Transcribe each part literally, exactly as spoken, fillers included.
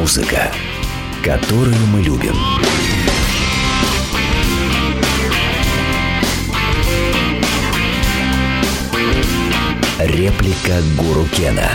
Музыка, которую мы любим. Реплика Гуру Кена.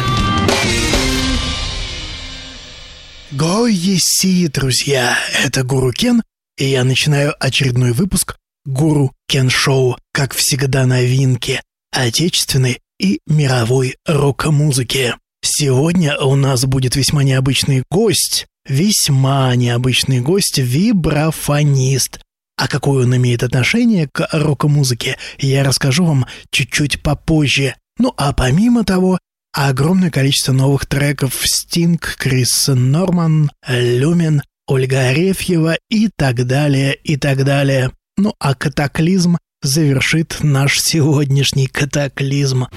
Го еси, друзья, это Гуру Кен, и я начинаю очередной выпуск Гуру Кен Шоу, как всегда новинки отечественной и мировой рок-музыки. Сегодня у нас будет весьма необычный гость, весьма необычный гость, вибрафонист. А какое он имеет отношение к рок-музыке, я расскажу вам чуть-чуть попозже. Ну а помимо того, огромное количество новых треков Стинг, Крис Норман, Люмен, Ольга Арефьева и так далее, и так далее. Ну а катаклизм завершит наш сегодняшний катаклизм.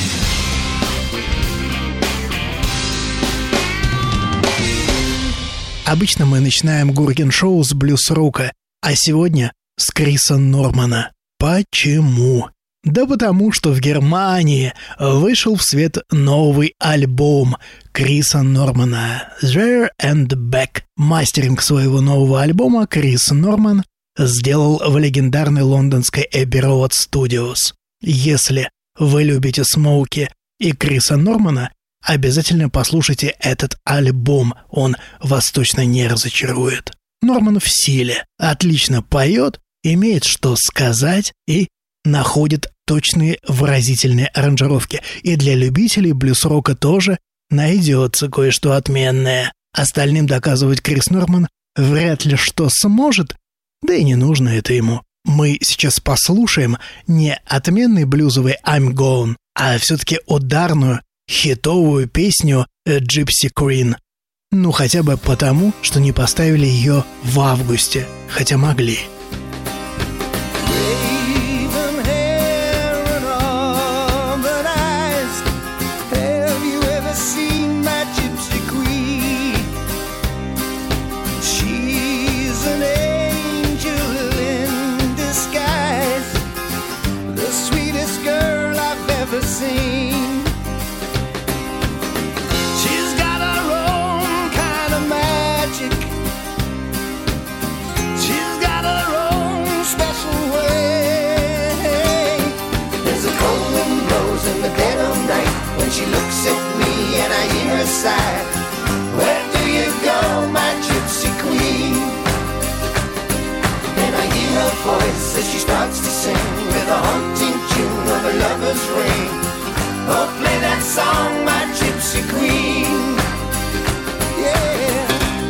Обычно мы начинаем Гуру Кен Шоу с блюз-рока, а сегодня с Криса Нормана. Почему? Да потому, что в Германии вышел в свет новый альбом Криса Нормана «There and Back». Мастеринг своего нового альбома Крис Норман сделал в легендарной лондонской Abbey Road Studios. Если вы любите Смоуки и Криса Нормана, обязательно послушайте этот альбом, он вас точно не разочарует. Норман в силе, отлично поет, имеет что сказать и находит точные выразительные аранжировки. И для любителей блюз-рока тоже найдется кое-что отменное. Остальным доказывать Крис Норман вряд ли что сможет, да и не нужно это ему. Мы сейчас послушаем не отменный блюзовый «I'm Gone», а все-таки ударную, хитовую песню «Gypsy Queen». Ну, хотя бы потому, что не поставили ее в августе, хотя могли. She looks at me and I hear her sigh. Where do you go, my gypsy queen? And I hear her voice as she starts to sing with a haunting tune of a lover's ring. Oh, play that song, my gypsy queen. Yeah.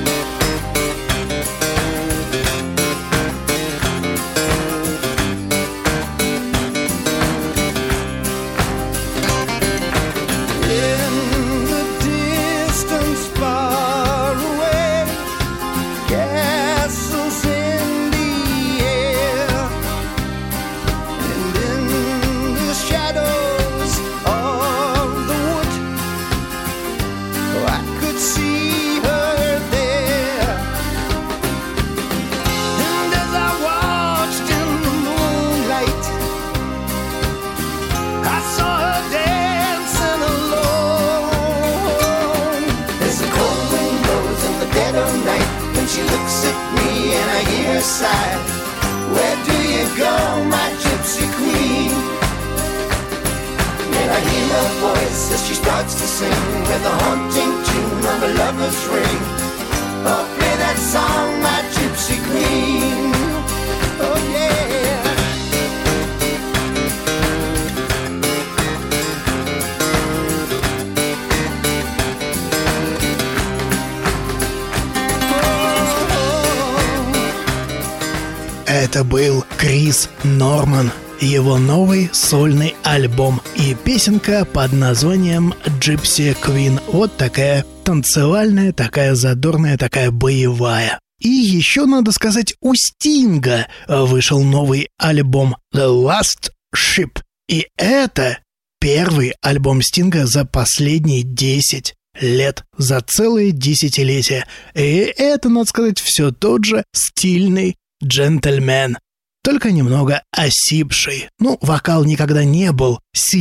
Side. Where do you go, my gypsy queen? And I hear her voice as she starts to sing with a haunting tune of a lover's ring. Oh, play that song, my gypsy queen. Oh, yeah. Это был Крис Норман, его новый сольный альбом и песенка под названием «Gypsy Queen». Вот такая танцевальная, такая задорная, такая боевая. И еще надо сказать, у Стинга вышел новый альбом «The Last Ship». И это первый альбом Стинга за последние десять лет, за целые десятилетия. И это, надо сказать, все тот же стильный джентльмен, только немного осипший. Ну, вокал никогда не был сильный,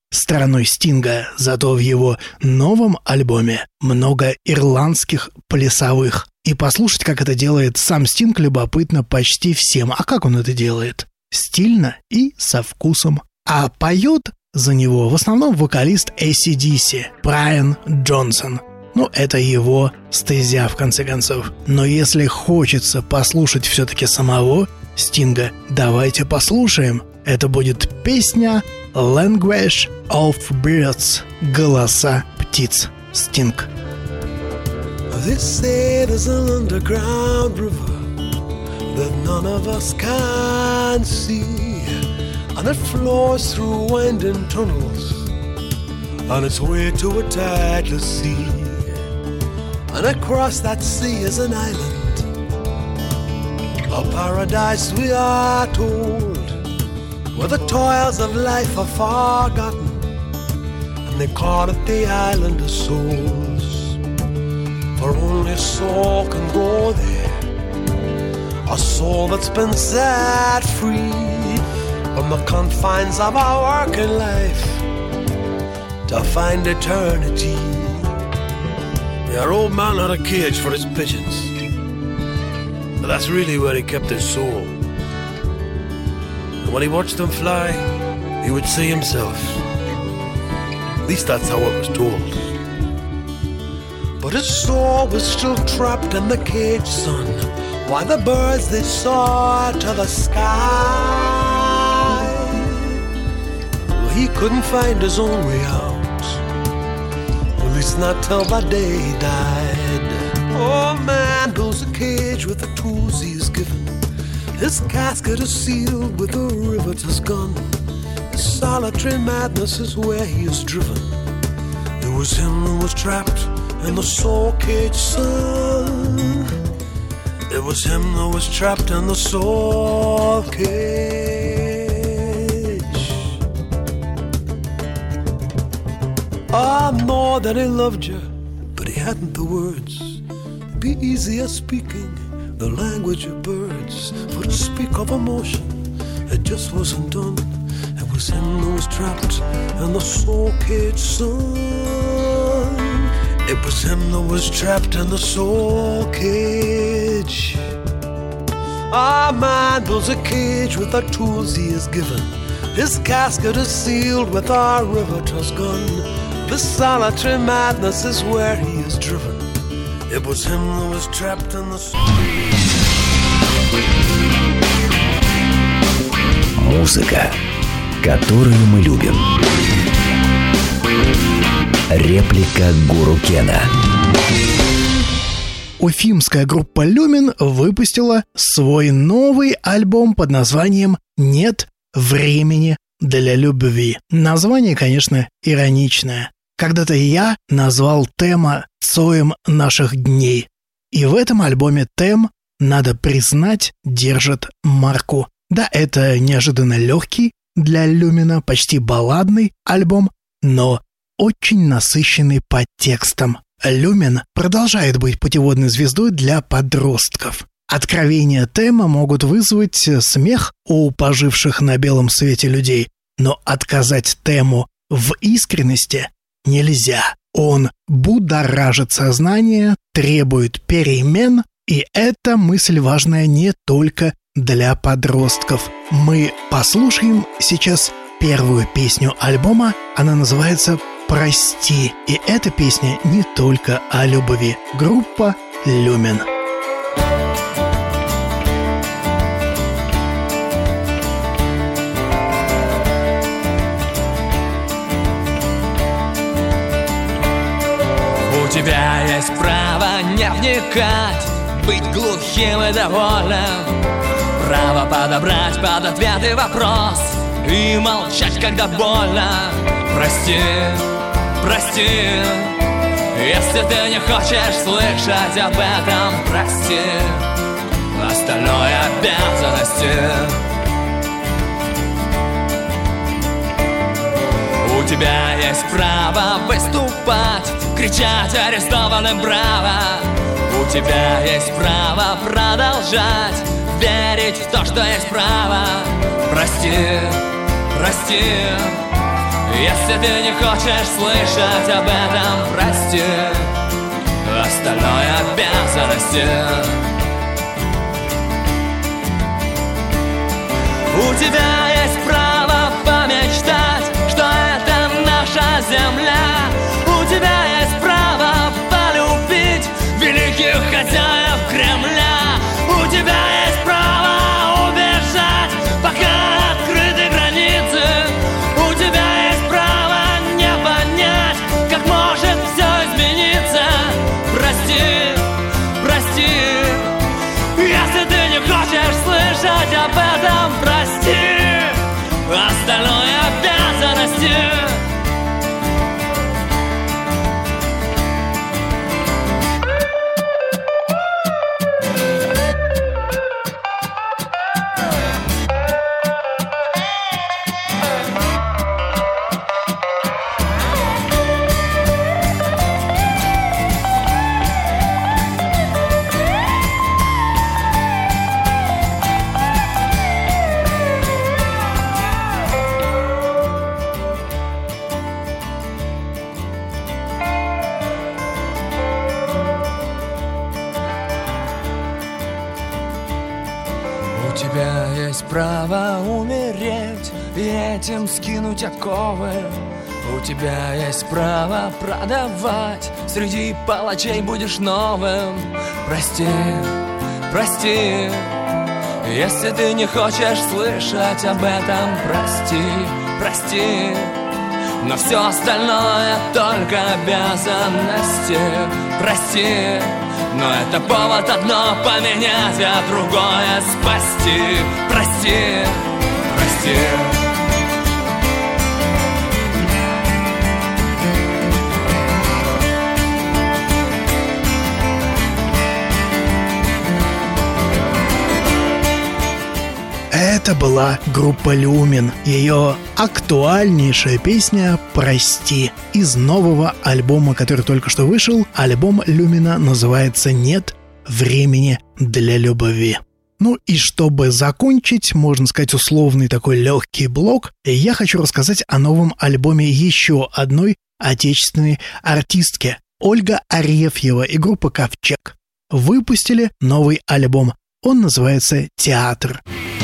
стороной Стинга, зато в его новом альбоме много ирландских плясовых. И послушать, как это делает сам Стинг, любопытно почти всем. А как он это делает? Стильно и со вкусом. А поет за него в основном вокалист эй си ди си Брайан Джонсон. Ну, это его стезя, в конце концов. Но если хочется послушать все-таки самого Стинга, давайте послушаем. Это будет песня «Language of Birds» — «Голоса птиц». Стинг. They say there's an underground river that none of us can see, and it flows through winding tunnels on its way to a tideless sea. And across that sea is an island, a paradise we are told, where the toils of life are forgotten, and they call it the island of souls. For only a soul can go there, a soul that's been set free from the confines of our working life to find eternity. Our old man had a cage for his pigeons, but that's really where he kept his soul. And when he watched them fly, he would see himself. At least that's how it was told. But his soul was still trapped in the cage, son, while the birds they soared to the sky. Well, he couldn't find his own way out, at least not till the day he died. Oh, man builds a cage with the tools he is given. His casket is sealed with a riveter's gun. His solitary madness is where he is driven. It was him who was trapped in the soul cage, son. It was him that was trapped in the soul cage. I know that he loved you, but he hadn't the words. It'd be easier speaking the language of birds, for to speak of emotion, it just wasn't done. It was him that was trapped in the soul cage, son. It was him that was trapped in the soul cage. Our man builds a cage with the tools he is given. His casket is sealed with our riveter's gun. The solitary madness is where he is driven. It was him that was trapped in the soul cage. Музыка, которую мы любим. Реплика Гуру Кена. Уфимская группа «Люмен» выпустила свой новый альбом под названием «Нет времени для любви». Название, конечно, ироничное. Когда-то я назвал Тема Цоем наших дней. И в этом альбоме Тем, надо признать, держит марку. Да, это неожиданно легкий для «Люмена», почти балладный альбом, но очень насыщенный по текстам. «Люмен» продолжает быть путеводной звездой для подростков. Откровения Тема могут вызвать смех у поживших на белом свете людей, но отказать Тему в искренности нельзя. Он будоражит сознание, требует перемен, и эта мысль важная не только для подростков. Мы послушаем сейчас первую песню альбома, она называется «Прости». И эта песня не только о любви. Группа «Люмен». У тебя есть право не вникать, быть глухим и довольным, право подобрать под ответы вопрос и молчать, когда больно. Прости, прости, если ты не хочешь слышать об этом. Прости, остальное обязанности. У тебя есть право выступать, кричать арестованным браво. У тебя есть право продолжать верить в то, что есть право. Прости, прости, Если ты не хочешь слышать об этом, прости, остальное обязанности. У тебя есть право помечтать, что это наша земля. У тебя есть право полюбить великих хозяев Кремля. У тебя есть право убежать, пока открыты границы. У тебя есть право не понять, как может все измениться. Прости, прости, если ты не хочешь слышать об этом, прости, остальное обязанности. Право умереть и этим скинуть оковы. У тебя есть право продавать, среди палачей будешь новым. Прости, прости, если ты не хочешь слышать об этом, прости, прости, но все остальное только обязанности. Прости, но это повод одно поменять, а другое спасти. Прости, прости. Это была группа «Люмен». Ее актуальнейшая песня «Прости» из нового альбома, который только что вышел. Альбом «Люмена» называется «Нет времени для любви». Ну и чтобы закончить, можно сказать, условный такой легкий блок, я хочу рассказать о новом альбоме еще одной отечественной артистки. Ольга Арефьева и группа «Ковчег» выпустили новый альбом. Он называется «Театр».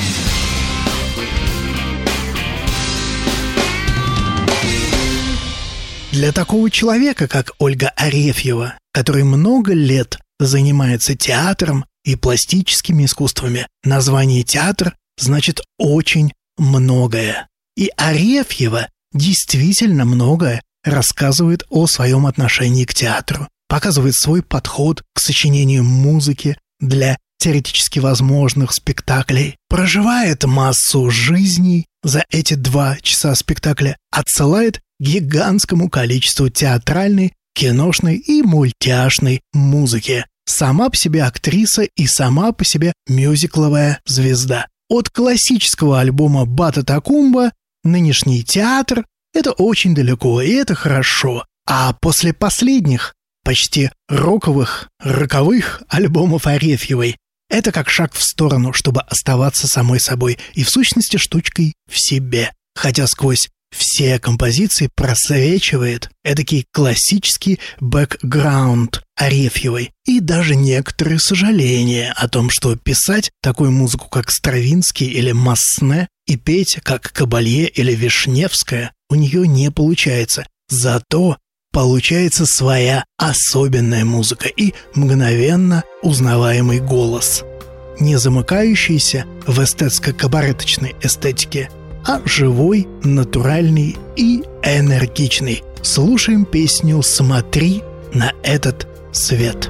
Для такого человека, как Ольга Арефьева, который много лет занимается театром и пластическими искусствами, название «театр» значит очень многое. И Арефьева действительно многое рассказывает о своем отношении к театру, показывает свой подход к сочинению музыки для теоретически возможных спектаклей, проживает массу жизней за эти два часа спектакля, отсылает гигантскому количеству театральной, киношной и мультяшной музыки. Сама по себе актриса и сама по себе мюзикловая звезда. От классического альбома Бата Такумба нынешний театр – это очень далеко, и это хорошо. А после последних, почти роковых, роковых альбомов Арефьевой это как шаг в сторону, чтобы оставаться самой собой и в сущности штучкой в себе. Хотя сквозь все композиции просвечивает эдакий классический бэкграунд Арефьевой и даже некоторые сожаления о том, что писать такую музыку, как Стравинский или Массне, и петь, как Кабалье или Вишневская, у нее не получается. Зато получается своя особенная музыка и мгновенно узнаваемый голос, не замыкающийся в эстетско-кабареточной эстетике, а живой, натуральный и энергичный. Слушаем песню «Смотри на этот свет».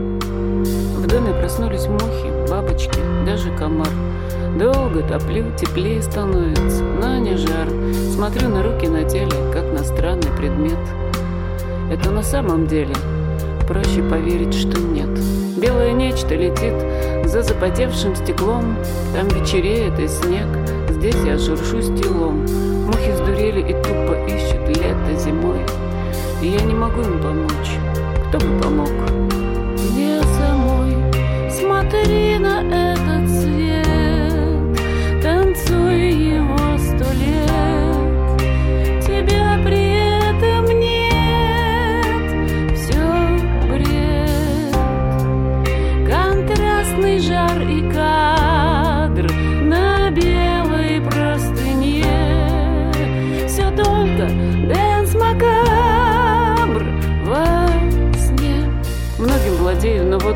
В доме проснулись мухи, бабочки, даже комар. Долго топлю, теплее становится, но не жар. Смотрю на руки на теле, как на странный предмет. Это на самом деле проще поверить, что нет. Белое нечто летит за запотевшим стеклом. Там вечереет и снег, здесь я шуршу стилом. Мухи сдурели и тупо ищут лето зимой. И я не могу им помочь. Кто бы помог? Мне самой. Смотри на этот свет, танцуй его сто лет. Тебя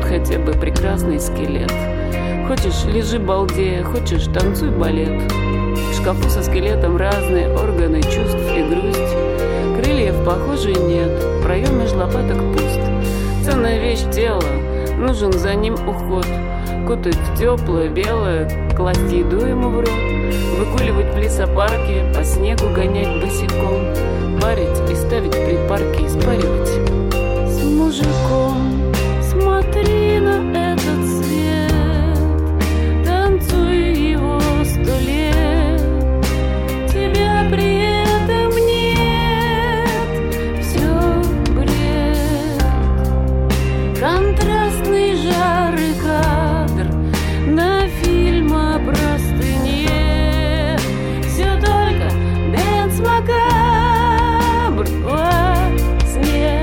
хотя бы прекрасный скелет. Хочешь, лежи балдея, хочешь, танцуй балет. В шкафу со скелетом разные органы чувств и грусть. Крыльев, похоже, нет, проем меж лопаток пуст. Ценная вещь тело, нужен за ним уход. Кутать в теплое, белое, класть еду ему в рот. Выгуливать в лесопарке, по снегу гонять босиком. Парить и ставить припарки, испаривать с мужиком. Смотри на этот свет, танцуй его сто лет. Тебя при этом нет, все бред. Контрастный жар и кадр на фильм о простыне. Все только дэнс макабр во сне.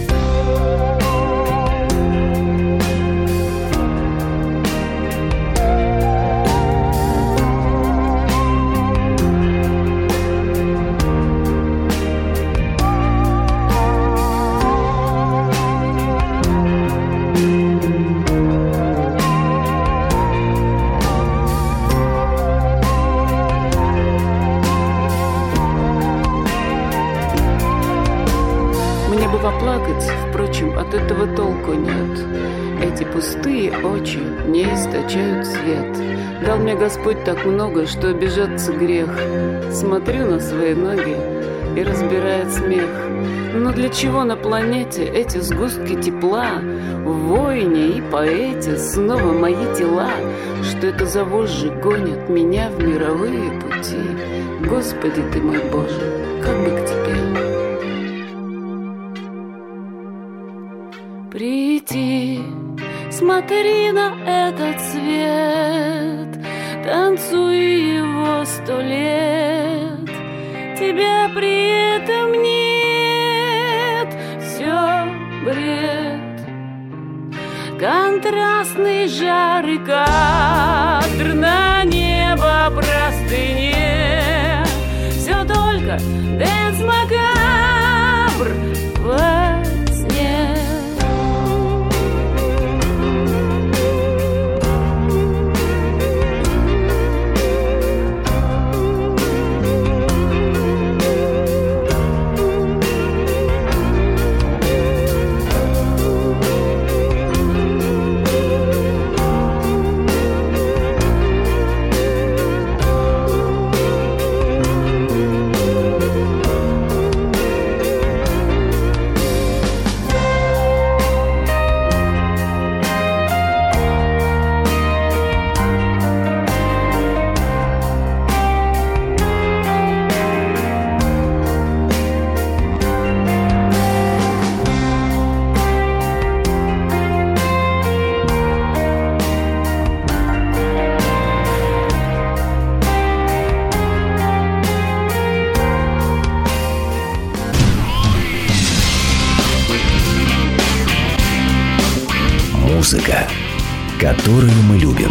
Поплакать, впрочем, от этого толку нет. Эти пустые очи не источают свет. Дал мне Господь так много, что обижаться грех. Смотрю на свои ноги и разбирает смех. Но для чего на планете эти сгустки тепла? В войне и поэте снова мои тела. Что это за вожжи гонят меня в мировые пути? Господи ты мой Боже, как бы к тебе прийти. Смотри на этот свет, танцуй его сто лет. Тебя при этом нет, все бред. Контрастный жар и кадр на небо простыне. Все только дэнс макабр во сне. Музыка, которую мы любим.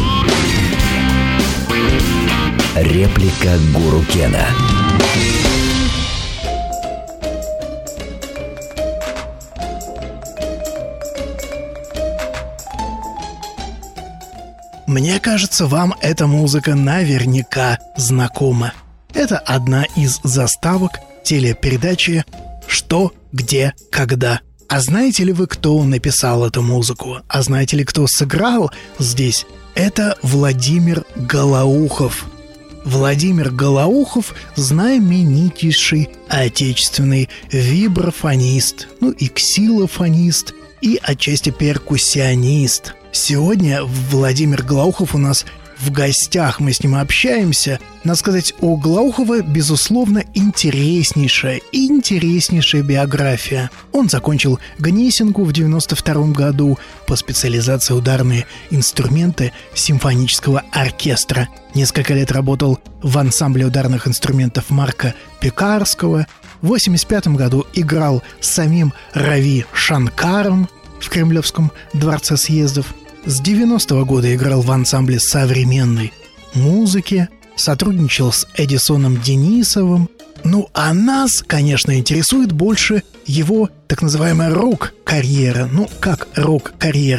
Реплика Гуру Кена. Мне кажется, вам эта музыка наверняка знакома. Это одна из заставок телепередачи «Что, где, когда». А знаете ли вы, кто написал эту музыку? А знаете ли, кто сыграл здесь? Это Владимир Голоухов. Владимир Голоухов – знаменитейший отечественный вибрафонист, ну и ксилофонист, и отчасти перкуссионист. Сегодня Владимир Голоухов у нас в гостях, мы с ним общаемся. Надо сказать, у Голоухова, безусловно, интереснейшая, интереснейшая биография. Он закончил Гнесинку в девяносто втором году по специализации ударные инструменты симфонического оркестра. Несколько лет работал в ансамбле ударных инструментов Марка Пекарского. В восемьдесят пятом году играл с самим Рави Шанкаром в Кремлевском дворце съездов. С девяностого года играл в ансамбле современной музыки, сотрудничал с Эдисоном Денисовым. Ну, а нас, конечно, интересует больше его так называемая рок-карьера. Ну, как рок-карьера? В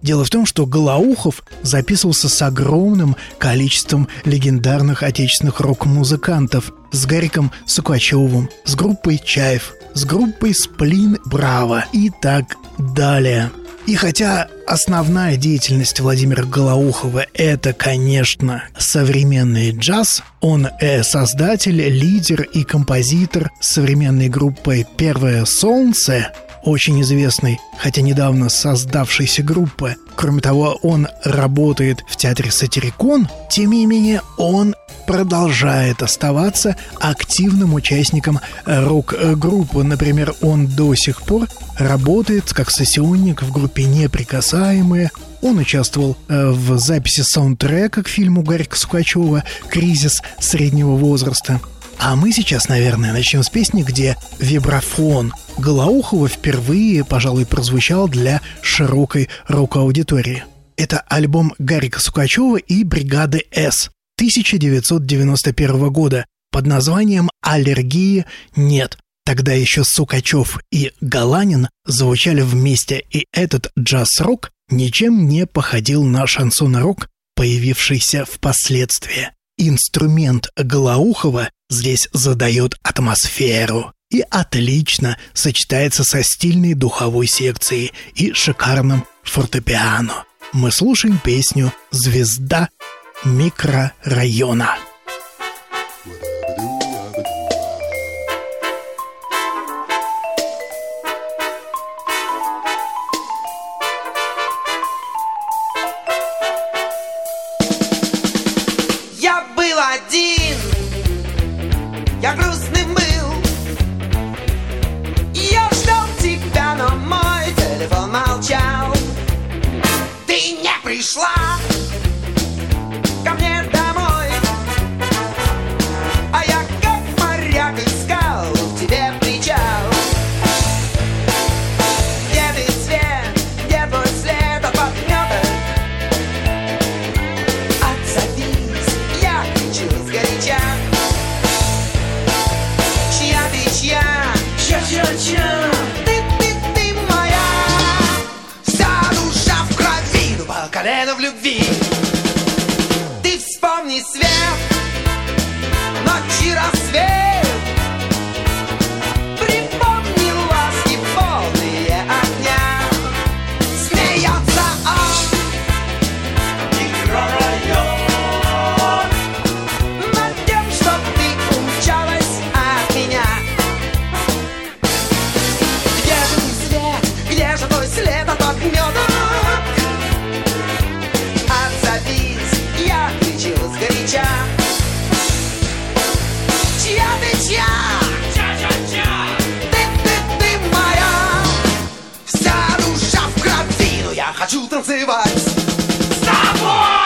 Дело в том, что Голоухов записывался с огромным количеством легендарных отечественных рок-музыкантов. С Гариком Сукачевым, с группой «Чайф», с группой «Сплин Браво» и так далее. И хотя основная деятельность Владимира Голоухова – это, конечно, современный джаз, он э, создатель, лидер и композитор современной группы «Первое солнце», очень известной, хотя недавно создавшейся группы. Кроме того, он работает в театре «Сатирикон», тем не менее он продолжает оставаться активным участником рок-группы. Например, он до сих пор работает как сессионник в группе «Неприкасаемые». Он участвовал в записи саундтрека к фильму Гарика Сукачева «Кризис среднего возраста». А мы сейчас, наверное, начнем с песни, где вибрафон Голоухова впервые, пожалуй, прозвучал для широкой рок-аудитории. Это альбом Гарика Сукачева и бригады «С» тысяча девятьсот девяносто первого года под названием «Аллергии нет». Тогда еще Сукачев и Галанин звучали вместе, и этот джаз-рок ничем не походил на шансон-рок, появившийся впоследствии. Инструмент Голоухова здесь задает атмосферу и отлично сочетается со стильной духовой секцией и шикарным фортепиано. Мы слушаем песню «Звезда микрорайона». Я был один, я грустным был. Я ждал тебя, но мой телефон молчал. Ты не пришла ко мне домой, а я как моряк искал в тебе причал. Где ты, свет, где твой след от подметок? Отзовись, я кричу сгоряча. Чья ты, чья? Чья-чья-чья? Ты, ты, ты моя. Вся душа в крови, ну по колено в любви. Ты вспомни свет, ночи рассвет. Припомни ласки полные огня. Смеется он, микрорайон, над тем, что ты умчалась от меня. Где же ты, свет, где же твой след от подметок? Отзовись, я кричу сгоряча. Чья ты, чья? Ты, ты, ты моя. Вся душа в крови, но я хочу танцевать с тобой.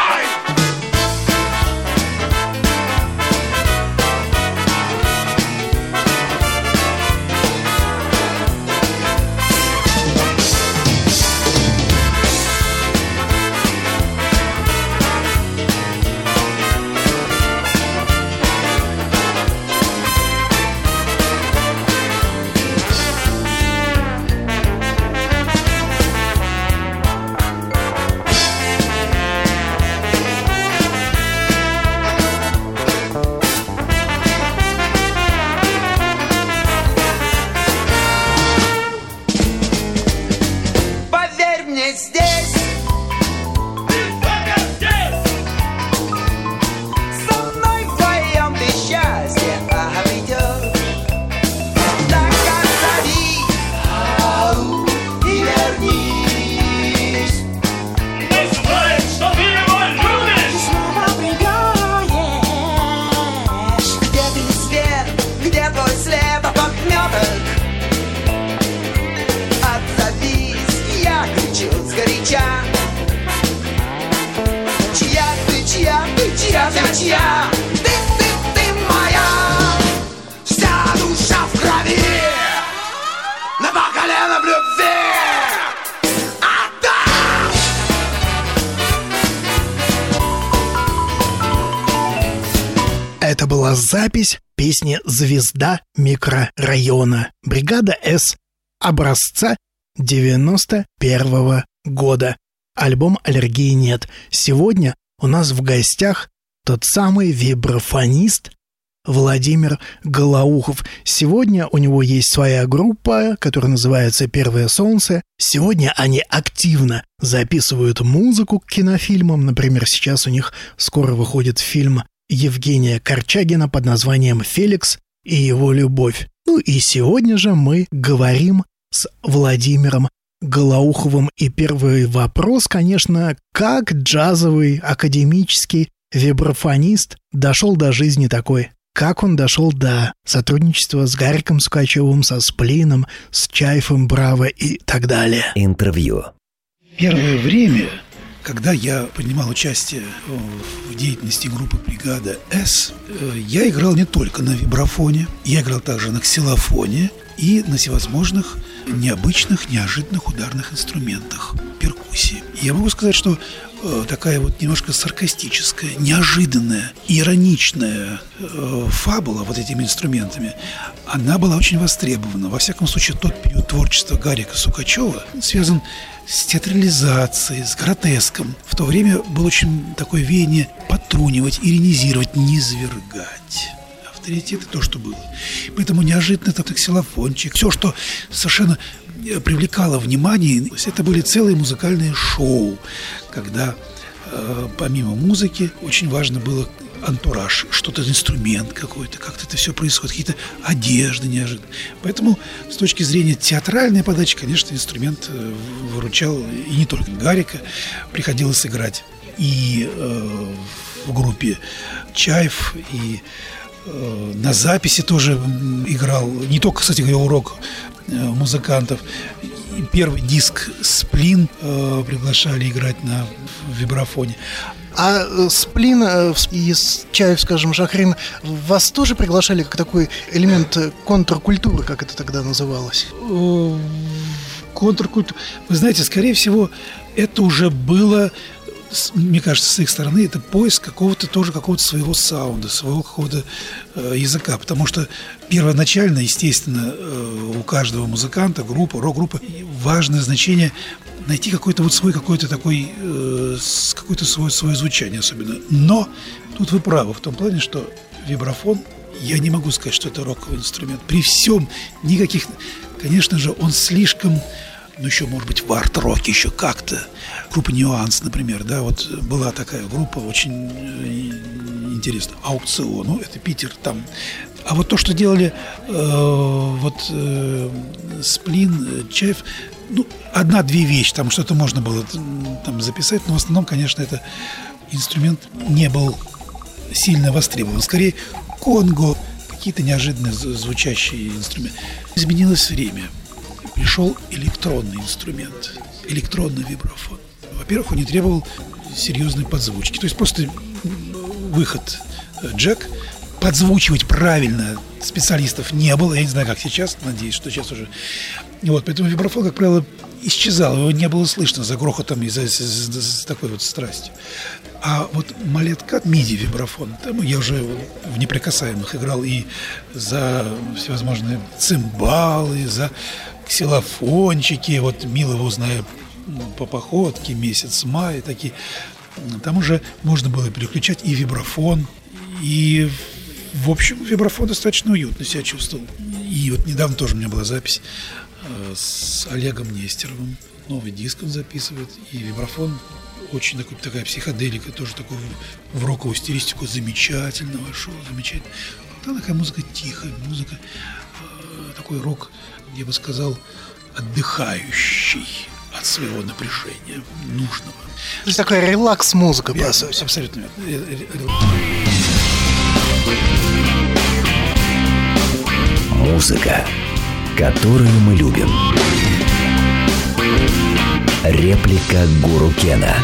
Поверь мне, здесь со мной вдвоем ты счастье обретешь. Так отзовись, ау, и вернись. Не знает, что ты его любишь. Снова прибегаешь. Где ты, свет, где твой след от подметок? Отзовись, я кричу сгоряча. Чья ты, чья ты, чья ты, чья? Ты, ты, ты моя. Вся душа в крови, на по колено в любви. Отдам! Это была запись песни «Звезда микрорайона» бригада «С» образца девяносто первого года. альбом «Аллергии нет». Сегодня у нас в гостях тот самый вибрафонист Владимир Голоухов. Сегодня у него есть своя группа, которая называется «Первое солнце». Сегодня они активно записывают музыку к кинофильмам. Например, сейчас у них скоро выходит фильм Евгения Корчагина под названием «Феликс и его любовь». Ну и сегодня же мы говорим с Владимиром Голоуховым. И первый вопрос, конечно, как джазовый, академический вибрафонист дошел до жизни такой? Как он дошел до сотрудничества с Гариком Сукачевым, со Сплином, с Чайфом, Браво и так далее? Интервью. Первое время, когда я принимал участие в деятельности группы «Бригада С», я играл не только на вибрафоне, я играл также на ксилофоне и на всевозможных необычных, неожиданных ударных инструментах перкуссии. И я могу сказать, что э, такая вот немножко саркастическая, неожиданная, ироничная э, фабула вот этими инструментами, она была очень востребована. Во всяком случае, тот период творчества Гарика Сукачева связан с театрализацией, с гротеском. В то время было очень такое веяние подтрунивать, иронизировать, низвергать. Авторитет – то, что было. Поэтому неожиданно этот ксилофончик, все, что совершенно привлекало внимание, это были целые музыкальные шоу, когда э, помимо музыки очень важно было антураж, что-то, инструмент какой-то, как-то это все происходит, какие-то одежды неожиданно. Поэтому с точки зрения театральной подачи, конечно, инструмент выручал и не только Гарика, приходилось играть и э, в группе «Чайф», и на записи тоже играл, не только, кстати говоря, урок музыкантов. Первый диск «Сплин» э, приглашали играть на вибрафоне. А Сплин и Чаев, скажем, Шахрин, вас тоже приглашали как такой элемент контркультуры, как это тогда называлось? Контркультура. Вы знаете, скорее всего, это уже было, мне кажется, с их стороны, это поиск какого-то тоже какого-то своего саунда, своего какого-то э, языка, потому что первоначально, естественно, э, у каждого музыканта, группы, рок-группы, важное значение найти какой-то вот свой какой-то такой, э, какое-то свое, свое звучание особенно. Но тут вы правы в том плане, что вибрафон, я не могу сказать, что это роковый инструмент. При всем никаких, конечно же, он слишком... Ну, еще, может быть, в арт-роке еще как-то. Группа «Нюанс», например, да, вот была такая группа, очень интересная. «Аукцион», ну, это Питер там. А вот то, что делали э, вот э, Сплин, Чайф, ну, одна-две вещи, там что-то можно было там записать, но в основном, конечно, это инструмент не был сильно востребован. Скорее, конго, какие-то неожиданные звучащие инструменты. Изменилось время. Пришел электронный инструмент, электронный вибрафон. Во-первых, он не требовал серьезной подзвучки. То есть просто выход джек. Подзвучивать правильно специалистов не было. Я не знаю, как сейчас, надеюсь, что сейчас уже. Вот, поэтому вибрафон, как правило, исчезал. Его не было слышно за грохотом и за, за, за, за такой вот страстью. А вот малеткат, миди-вибрафон, там я уже в неприкасаемых играл и за всевозможные цимбалы, за ксилофончики, вот мило его знаю по походке, месяц май, такие. Там уже можно было переключать и вибрафон, и, в общем, вибрафон достаточно уютно себя чувствовал. И вот недавно тоже у меня была запись э, с Олегом Нестеровым, новый диск он записывает, и вибрафон очень такой, такая психоделика, тоже такой в роковую стилистику замечательно вошел, замечательно. Там такая музыка тихая, музыка, э, такой рок, я бы сказал, отдыхающий от своего напряжения, нужного. То есть такая релакс-музыка, по сути. Абсолютно верно. Музыка, которую мы любим. Реплика Гуру Кена.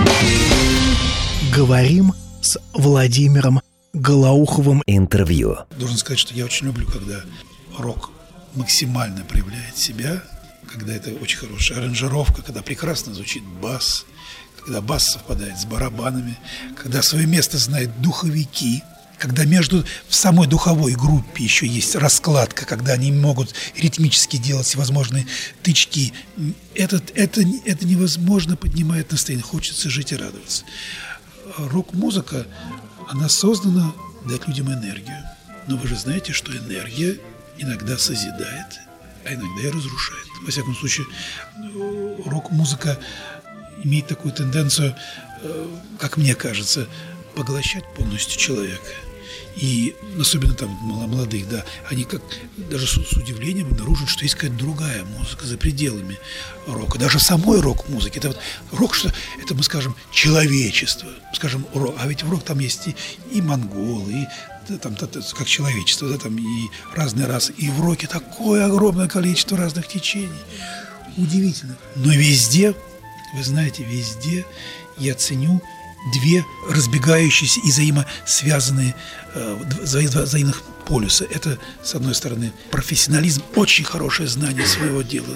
Говорим с Владимиром Голоуховым. Интервью. Должен сказать, что я очень люблю, когда рок максимально проявляет себя, когда это очень хорошая аранжировка, когда прекрасно звучит бас, когда бас совпадает с барабанами, когда свое место знают духовики, когда между в самой духовой группе еще есть раскладка, когда они могут ритмически делать всевозможные тычки, это, это, это невозможно поднимает настроение, хочется жить и радоваться. Рок-музыка, она создана дать людям энергию. Но вы же знаете, что энергия иногда созидает, а иногда и разрушает. Во всяком случае, рок-музыка имеет такую тенденцию, как мне кажется, поглощать полностью человека. И особенно там молодых, да, они как даже с, с удивлением обнаруживают, что есть какая-то другая музыка за пределами рока. Даже самой рок-музыки. Это вот рок, что это, мы скажем, человечество. Скажем, рок. А ведь в рок там есть и, и монголы, и да, там, как человечество, да, там и разные расы. И в роке такое огромное количество разных течений. Удивительно. Но везде, вы знаете, везде я ценю две разбегающиеся и взаимосвязанные э, взаимных полюса. Это, с одной стороны, профессионализм, очень хорошее знание своего дела,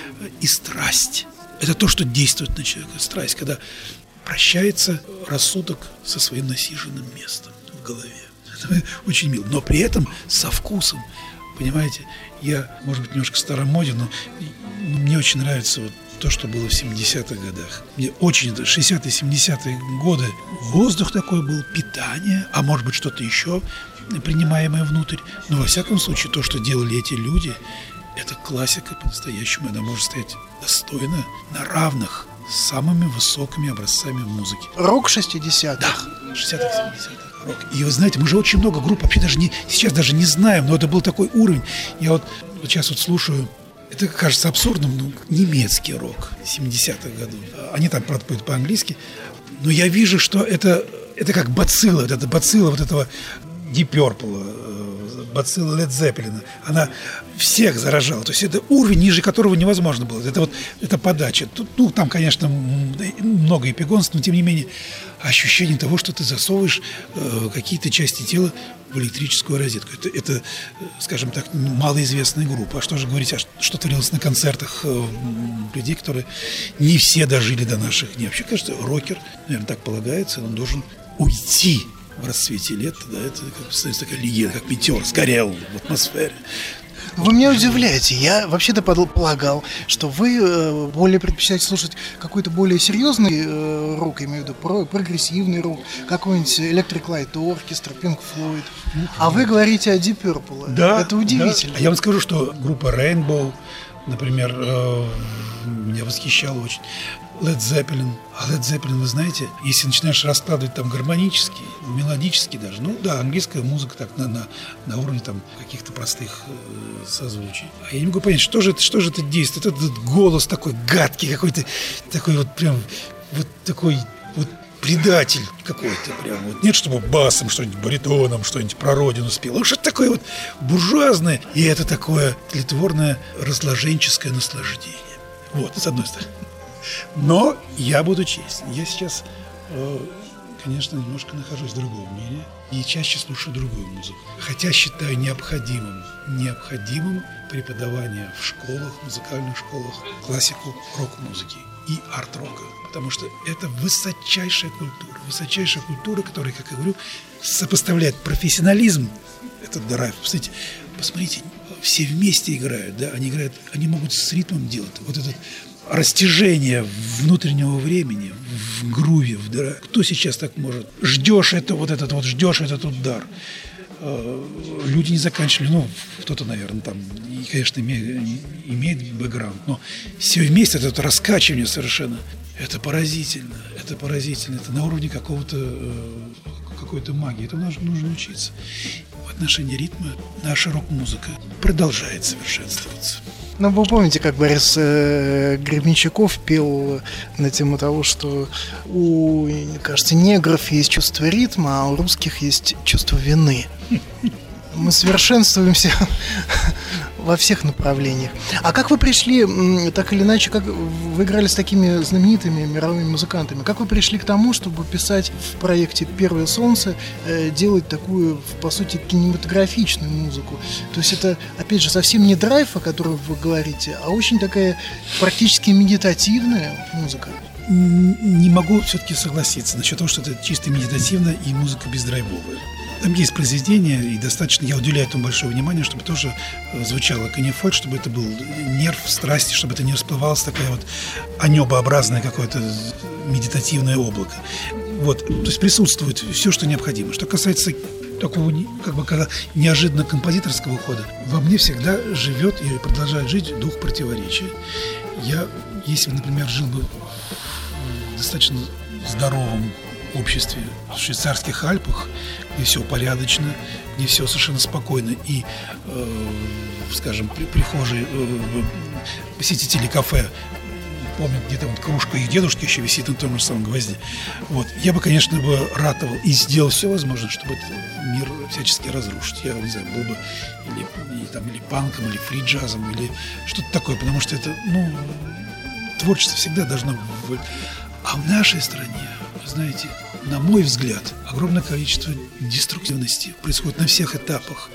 и страсть. Это то, что действует на человека. Страсть, когда прощается рассудок со своим насиженным местом в голове. Это очень мило. Но при этом со вкусом. Понимаете, я, может быть, немножко старомоден, но мне очень нравится вот то, что было в семидесятых годах. Мне очень, шестидесятые, семидесятые годы, воздух такой был, питание, а может быть что-то еще принимаемое внутрь. Но во всяком случае, то, что делали эти люди, это классика по-настоящему. Она может стоять достойно на равных с самыми высокими образцами музыки. Рок шестидесятых? Да, шестидесятых, семидесятых. Рок. И вы знаете, мы же очень много групп вообще даже не, сейчас даже не знаем, но это был такой уровень. Я вот, вот сейчас вот слушаю. Это кажется абсурдным, но немецкий рок семидесятых годов. Они там, правда, поют по-английски. Но я вижу, что это, это как бацилла, вот эта бацилла вот этого Deep Purple, бацилла Led Zeppelin. Она всех заражала. То есть это уровень, ниже которого невозможно было. Это вот это подача. Тут, ну, там, конечно, много эпигонств, но тем не менее ощущение того, что ты засовываешь э, какие-то части тела в электрическую розетку. Это, это, скажем так, малоизвестная группа. А что же говорить, а что творилось на концертах э, людей, которые не все дожили до наших дней. Вообще, кажется, рокер, наверное, так полагается, он должен уйти в расцвете лет. Да, это как, такая легенда, как метеор, сгорел в атмосфере. Вы меня удивляете. Я вообще-то полагал, что вы э, более предпочитаете слушать какой-то более серьезный э, рок, я имею в виду про, прогрессивный рок, какой-нибудь Electric Light Orchestra, Pink Floyd. А вы говорите о Deep Purple. Да, это удивительно. Да. Я вам скажу, что группа Rainbow, например, э, меня восхищала очень. Led Zeppelin. А Led Zeppelin, вы знаете, если начинаешь раскладывать там гармонически, мелодически даже, ну да, английская музыка так на, на, на уровне там каких-то простых э, созвучий. А я не могу понять, что же это, что же это действует? Этот, этот голос такой гадкий какой-то, такой вот прям, вот такой вот предатель какой-то прям. Вот нет, чтобы басом что-нибудь, баритоном что-нибудь про родину спел. А что-то такое вот буржуазное. И это такое тлетворное разложенческое наслаждение. Вот, с одной стороны. Но я буду честен. Я сейчас, э, конечно, немножко нахожусь в другом мире и чаще слушаю другую музыку. Хотя считаю необходимым, необходимым преподавание в школах, музыкальных школах, классику рок-музыки и арт-рока. Потому что это высочайшая культура. Высочайшая культура, которая, как я говорю, сопоставляет профессионализм, этот драйв. Посмотрите, посмотрите, все вместе играют, да, они играют, они могут с ритмом делать. Вот этот растяжение внутреннего времени в груве, в драйве. Кто сейчас так может? Ждешь это, вот этот вот, ждешь этот удар. Люди не заканчивали, ну, кто-то, наверное, там, и, конечно, имеет, имеет бэкграунд, но все вместе, это раскачивание совершенно, это поразительно, это поразительно, это на уровне какого-то, какой-то магии, это нужно, нужно учиться. В отношении ритма наша рок-музыка продолжает совершенствоваться. Ну, вы помните, как Борис э, Гребенщиков пел на тему того, что у, кажется, негров есть чувство ритма, а у русских есть чувство вины. Мы совершенствуемся во всех направлениях. А как вы пришли, так или иначе, как вы играли с такими знаменитыми мировыми музыкантами, как вы пришли к тому, чтобы писать в проекте «Первое солнце», делать такую, по сути, кинематографичную музыку? То есть это, опять же, совсем не драйв, о котором вы говорите, а очень такая практически медитативная музыка. Не могу все-таки согласиться насчет того, что это чисто медитативная и музыка бездрайвовая. Там есть произведение, и достаточно, я уделяю этому большое внимание, чтобы тоже звучало канифоль, чтобы это был нерв страсти, чтобы это не расплывалось такое вот анебообразное какое-то медитативное облако. Вот, то есть присутствует все, что необходимо. Что касается такого, как бы, когда неожиданно композиторского хода, во мне всегда живет и продолжает жить дух противоречия. Я, если бы, например, жил бы в достаточно здоровом обществе в швейцарских Альпах, где все порядочно, где все совершенно спокойно, и, э, скажем, при, прихожие, э, посетители кафе помнят, где-то вот кружка их дедушки еще висит на том же самом гвозде. Вот. Я бы, конечно, бы ратовал и сделал все возможное, чтобы этот мир всячески разрушить. Я, не знаю, был бы или, или, там, или панком, или фри-джазом, или что-то такое, потому что это, ну, творчество всегда должно быть. А в нашей стране, вы знаете, на мой взгляд, огромное количество деструктивности происходит на всех этапах.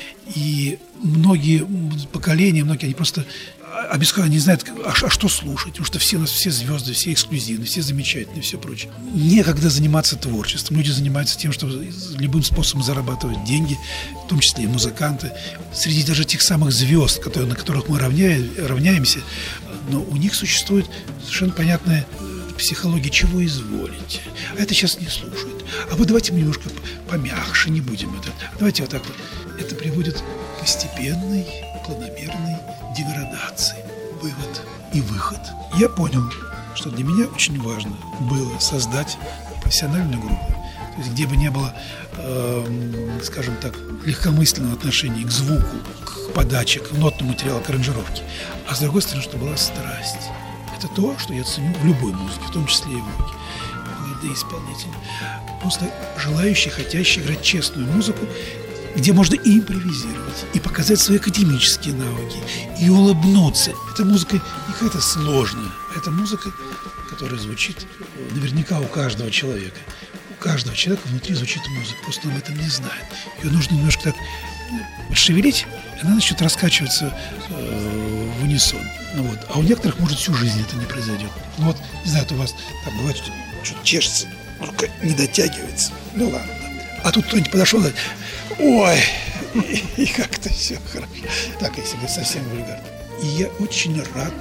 И многие поколения, многие, они просто обескуражены, не знают, а, а что слушать, потому что все у нас все звезды, все эксклюзивные, все замечательные, все прочее. Некогда заниматься творчеством. Люди занимаются тем, что любым способом зарабатывать деньги, в том числе и музыканты. Среди даже тех самых звезд, которые, на которых мы равняем, равняемся, но у них существует совершенно понятная психология, чего изволите. А это сейчас не слушают. А вы давайте мы немножко помягче, не будем это. Давайте вот так вот. Это приводит к постепенной, планомерной деградации. Вывод и выход. Я понял, что для меня очень важно было создать профессиональную группу. То есть где бы не было, э, скажем так, легкомысленного отношения к звуку, к подаче, к нотному материалу, к аранжировке. А с другой стороны, что была страсть. Это то, что я ценю в любой музыке, в том числе и в роке. Молодые исполнители. Просто желающие, хотящие играть честную музыку, где можно и импровизировать, и показать свои академические навыки, и улыбнуться. Эта музыка не какая-то сложная. Это музыка, которая звучит наверняка у каждого человека. У каждого человека внутри звучит музыка, просто он об этом не знает. Ее нужно немножко так подшевелить, и она начнет раскачиваться э, в унисон. Ну, вот. А у некоторых, может, всю жизнь это не произойдет. Ну вот, не знаю, это у вас там бывает, что что-то чешется, рука не дотягивается. Ну ладно. А тут кто-нибудь подошел и говорит: ой, и, и как-то все хорошо. Так, если быть совсем вульгарно. И я очень рад,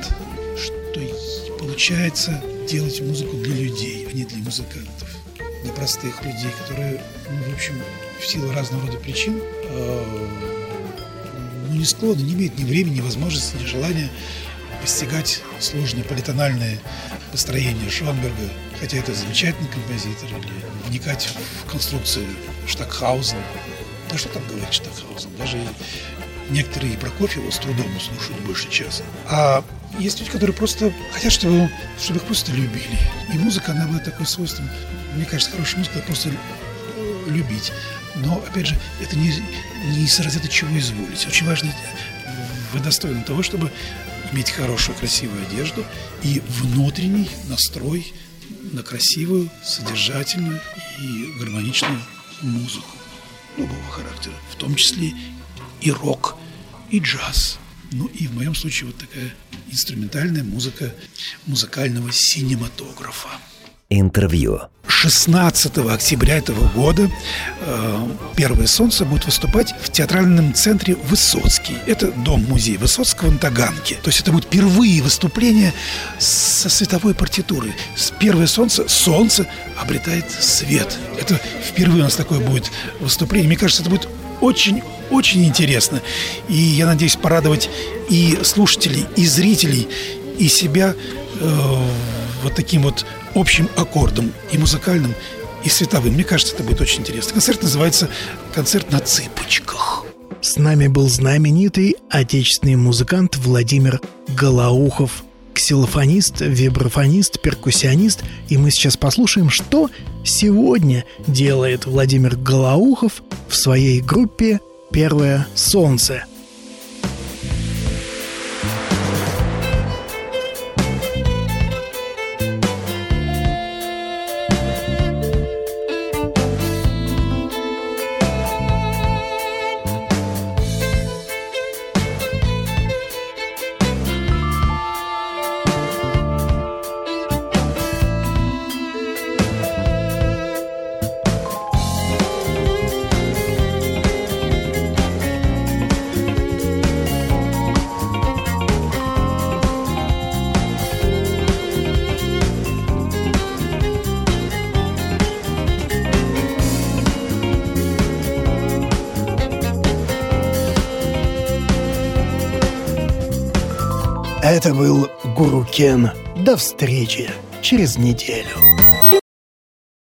что получается делать музыку для людей, а не для музыкантов. Для простых людей, которые, ну, в общем, в силу разного рода причин э, ну, не склонны, не имеют ни времени, ни возможности, ни желания постигать сложные политональные построения Шонберга, хотя это замечательный композитор, или вникать в конструкцию Штокхаузена. Да что там говорить Штокхаузен? Даже некоторые Прокофьева с трудом слушают больше часа. А есть люди, которые просто хотят, чтобы, чтобы их просто любили. И музыка, она была такой свойством. Мне кажется, хорошая музыка — это просто любить. Но, опять же, это не, не из разряда чего изволить. Очень важно, вы достойны того, чтобы иметь хорошую, красивую одежду и внутренний настрой на красивую, содержательную и гармоничную музыку любого характера, в том числе и рок, и джаз. Ну и в моем случае вот такая инструментальная музыка музыкального синематографа. Интервью. шестнадцатого октября этого года э, «Первое солнце» будет выступать в театральном центре «Высоцкий». Это дом-музей Высоцкого на Таганке. То есть это будет впервые выступление со световой партитурой. С «Первое солнце» солнце обретает свет. Это впервые у нас такое будет выступление. Мне кажется, это будет очень-очень интересно. И я надеюсь порадовать и слушателей, и зрителей, и себя э, вот таким вот общим аккордом, и музыкальным, и световым. Мне кажется, это будет очень интересно. Концерт называется «Концерт на цыпочках». С нами был знаменитый отечественный музыкант Владимир Голоухов, ксилофонист, вибрафонист, перкуссионист. И мы сейчас послушаем, что сегодня делает Владимир Голоухов в своей группе «Первое солнце». Это был Гуру Кен. До встречи через неделю.